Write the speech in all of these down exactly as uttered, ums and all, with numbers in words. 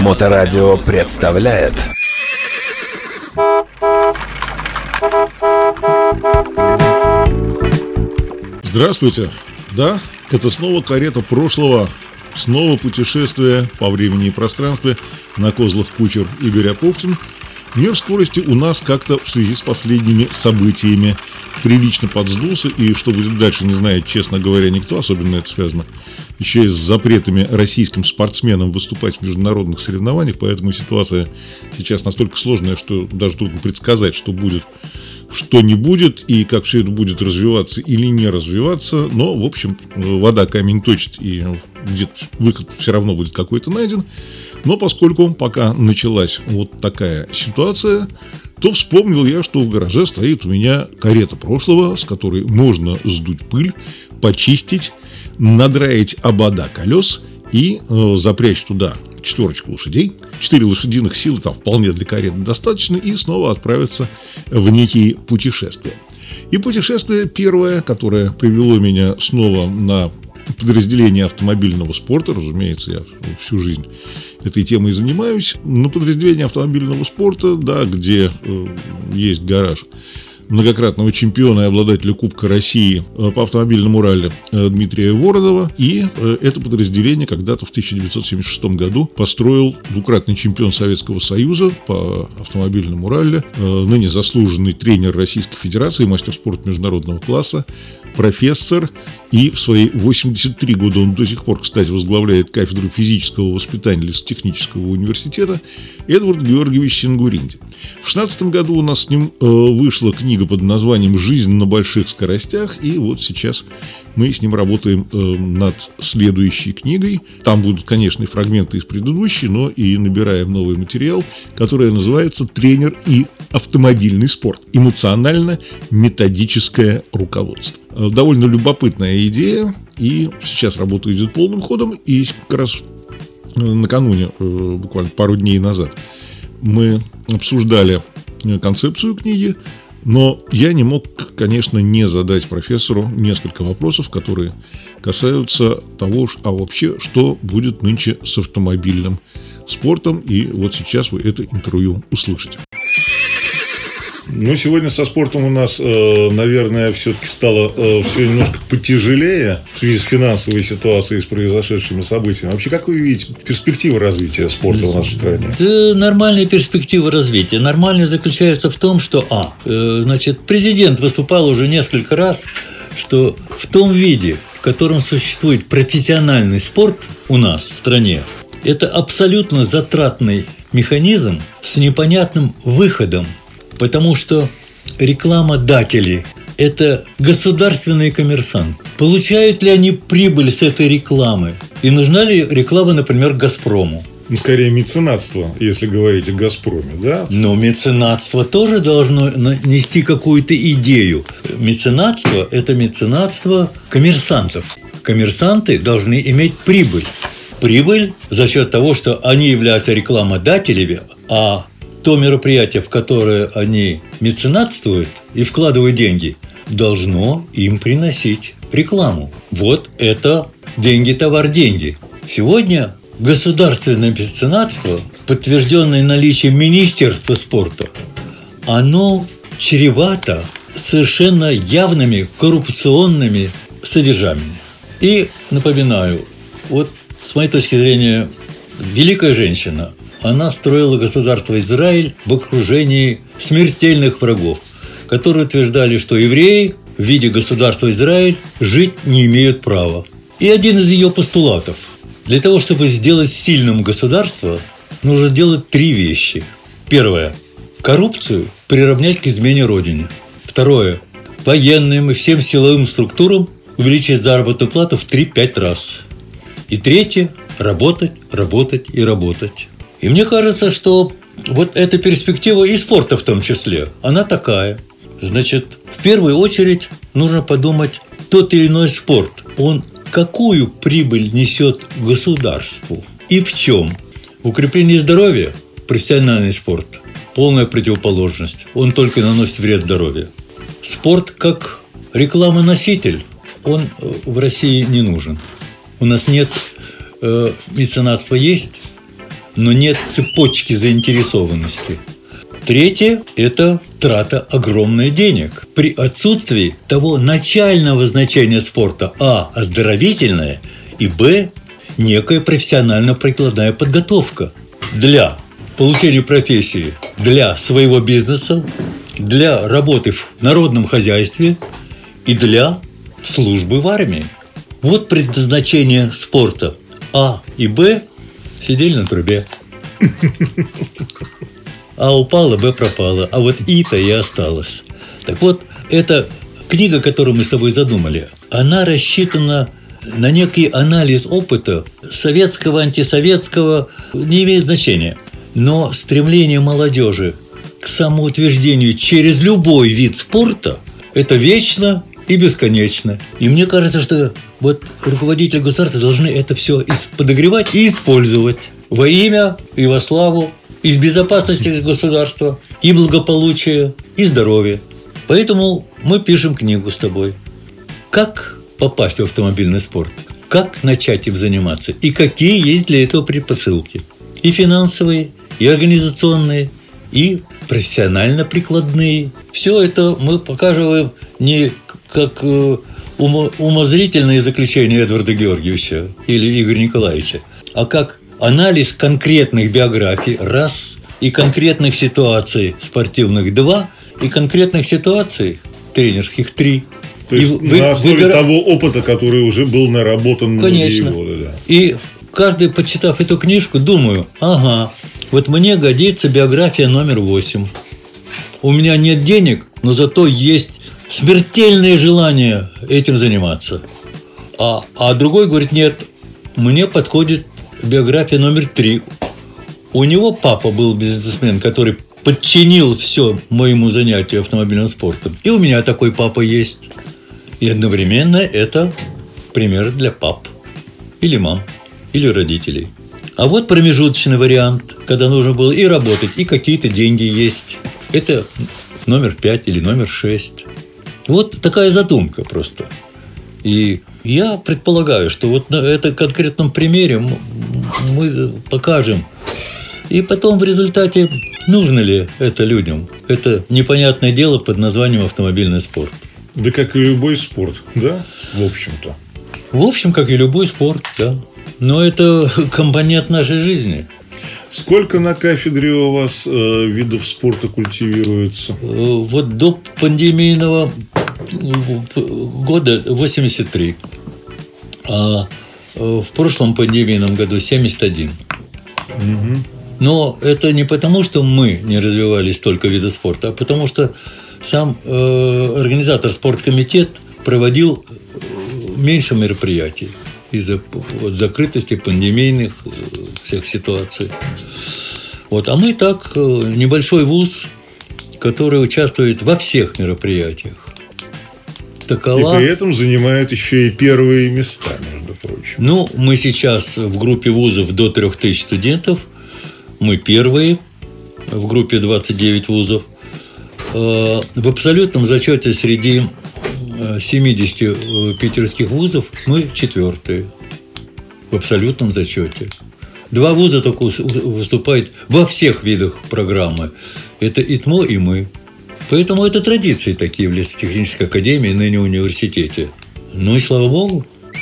Моторадио представляет Здравствуйте! Да, это снова карета прошлого, снова путешествие по времени и пространстве на козлах кучер Игорь Апухтин. Мир скорости у нас как-то в связи с последними событиями прилично подсдулся, и что будет дальше, не знает, честно говоря, никто. Особенно это связано еще и с запретами российским спортсменам выступать в международных соревнованиях. Поэтому ситуация сейчас настолько сложная, что даже трудно предсказать, что будет, что не будет, и как все это будет развиваться или не развиваться. Но, в общем, вода камень точит, и где-то выход все равно будет какой-то найден. Но поскольку пока началась вот такая ситуация, то вспомнил я, что в гараже стоит у меня карета прошлого, с которой можно сдуть пыль, почистить, надраить обода колес и э, запрячь туда четверочку лошадей. Четыре лошадиных силы там вполне для кареты достаточно, и снова отправиться в некие путешествия. И путешествие первое, которое привело меня снова на подразделение автомобильного спорта, разумеется, я всю жизнь этой темой занимаюсь, на подразделение автомобильного спорта, да, где э, есть гараж многократного чемпиона и обладателя Кубка России э, по автомобильному ралли э, Дмитрия Воронова. И э, это подразделение когда-то в тысяча девятьсот семьдесят шестом году построил двукратный чемпион Советского Союза по автомобильному ралли, э, ныне заслуженный тренер Российской Федерации, мастер спорта международного класса, профессор, и в свои восемьдесят три года он до сих пор, кстати, возглавляет кафедру физического воспитания Лесотехнического университета, Эдвард Георгиевич Сингуринди. В шестнадцатом году у нас с ним э, вышла книга под названием «Жизнь на больших скоростях», и вот сейчас мы с ним работаем э, над следующей книгой. Там будут, конечно, и фрагменты из предыдущей, но и набираем новый материал, который называется «Тренер и автомобильный спорт. Эмоционально-методическое руководство». Довольно любопытная идея, и сейчас работа идет полным ходом, и как раз накануне, буквально пару дней назад, мы обсуждали концепцию книги, но я не мог, конечно, не задать профессору несколько вопросов, которые касаются того, а вообще, что будет нынче с автомобильным спортом, и вот сейчас вы это интервью услышите. Ну, сегодня со спортом у нас, э, наверное, все-таки стало э, все немножко потяжелее в связи с финансовой ситуацией, с произошедшими событиями. Вообще, как вы видите перспективы развития спорта у нас в стране? Да, нормальные перспективы развития. Нормальные заключаются в том, что, а, э, значит, президент выступал уже несколько раз, что в том виде, в котором существует профессиональный спорт у нас в стране, это абсолютно затратный механизм с непонятным выходом. Потому что рекламодатели – это государственные коммерсанты. Получают ли они прибыль с этой рекламы? И нужна ли реклама, например, «Газпрому»? Ну, скорее, меценатство, если говорить о «Газпроме», да? Но меценатство тоже должно нести какую-то идею. Меценатство – это меценатство коммерсантов. Коммерсанты должны иметь прибыль. Прибыль за счет того, что они являются рекламодателями, а то мероприятие, в которое они меценатствуют и вкладывают деньги, должно им приносить рекламу. Вот это деньги, товар, деньги. Сегодня государственное меценатство, подтвержденное наличием Министерства спорта, оно чревато совершенно явными коррупционными содержаниями. И напоминаю, вот с моей точки зрения, великая женщина, она строила государство Израиль в окружении смертельных врагов, которые утверждали, что евреи в виде государства Израиль жить не имеют права. И один из ее постулатов: для того, чтобы сделать сильным государство, нужно делать три вещи. Первое – коррупцию приравнять к измене Родине. Второе – военным и всем силовым структурам увеличить заработную плату в три-пять раз. И третье – работать, работать и работать. И мне кажется, что вот эта перспектива и спорта в том числе, она такая. Значит, в первую очередь нужно подумать, тот или иной спорт, он какую прибыль несет государству и в чем? В укреплении здоровья профессиональный спорт – полная противоположность. Он только наносит вред здоровью. Спорт как рекламоноситель, он в России не нужен. У нас нет, э, меценатства есть, но нет цепочки заинтересованности. Третье – это трата огромных денег. При отсутствии того начального значения спорта а. оздоровительное и б. некая профессионально-прикладная подготовка для получения профессии, для своего бизнеса, для работы в народном хозяйстве и для службы в армии. Вот предназначение спорта. А и Б сидели на трубе. А упала, Б пропала. А вот И-то и осталось. Так вот, эта книга, которую мы с тобой задумали, она рассчитана на некий анализ опыта советского, антисоветского, не имеет значения. Но стремление молодежи к самоутверждению через любой вид спорта – это вечно и бесконечно. И мне кажется, что вот руководители государства должны это все подогревать и использовать во имя и во славу из безопасности государства, и благополучия, и здоровья. Поэтому мы пишем книгу с тобой. Как попасть в автомобильный спорт? Как начать им заниматься? И какие есть для этого предпосылки? И финансовые, и организационные, и профессионально-прикладные. Все это мы показываем не как умозрительные заключения Эдварда Георгиевича или Игоря Николаевича, а как анализ конкретных биографий – раз, и конкретных ситуаций спортивных – два, и конкретных ситуаций тренерских – три. То есть и на основе выбира... того опыта, который уже был наработан многие годы. Да. И каждый, почитав эту книжку, думаю, ага, вот мне годится биография номер восемь. У меня нет денег, но зато есть смертельное желание этим заниматься. А, а другой говорит, нет, мне подходит биография номер три. У него папа был бизнесмен, который подчинил все моему занятию автомобильным спортом. И у меня такой папа есть. И одновременно это пример для пап или мам, или родителей. А вот промежуточный вариант, когда нужно было и работать, и какие-то деньги есть. Это номер пять или номер шесть. Вот такая задумка просто. И я предполагаю, что вот на этом конкретном примере мы покажем. И потом в результате, нужно ли это людям. Это непонятное дело под названием автомобильный спорт. Да как и любой спорт, да, в общем-то. В общем, как и любой спорт, да. Но это компонент нашей жизни. Сколько на кафедре у вас э, видов спорта культивируется? Вот до пандемийного года восемьдесят три. А в прошлом пандемийном году семьдесят один. Угу. Но это не потому, что мы не развивали столько видов спорта, а потому что сам э, организатор спорткомитет проводил меньше мероприятий из-за вот, закрытости пандемийных э, всех ситуаций. Вот. А мы так, э, небольшой вуз, который участвует во всех мероприятиях. Такова... И при этом занимает еще и первые места, между прочим. Ну, мы сейчас в группе вузов до трех тысяч студентов. Мы первые в группе двадцать девять вузов. В абсолютном зачете среди семидесяти питерских вузов мы четвертые. В абсолютном зачете. Два вуза только выступают во всех видах программы. Это ИТМО и мы. Поэтому это традиции такие в лесотехнической академии, ныне университете. Ну и слава богу.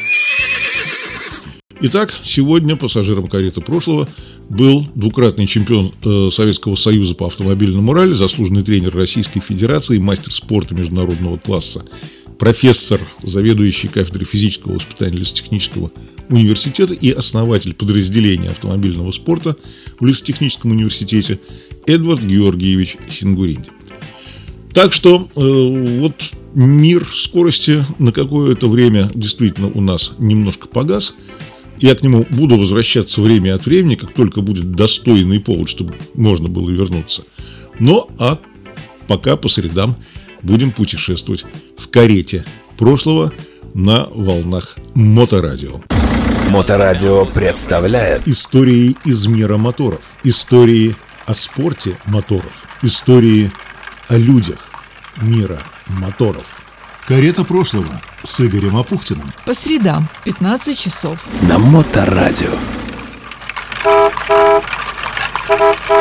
Итак, сегодня пассажиром кареты прошлого был двукратный чемпион э, Советского Союза по автомобильному ралли, заслуженный тренер Российской Федерации, мастер спорта международного класса, профессор, заведующий кафедрой физического воспитания лесотехнического университета и основатель подразделения автомобильного спорта в лесотехническом университете Эдвард Георгиевич Сингуринди. Так что э, вот мир скорости на какое-то время действительно у нас немножко погас. Я к нему буду возвращаться время от времени, как только будет достойный повод, чтобы можно было вернуться. Но а пока по средам будем путешествовать в карете прошлого на волнах Моторадио. Моторадио представляет истории из мира моторов, истории о спорте моторов, истории о людях мира моторов. Карета прошлого с Игорем Апухтиным. По средам, пятнадцать часов. На Моторадио. Thank you.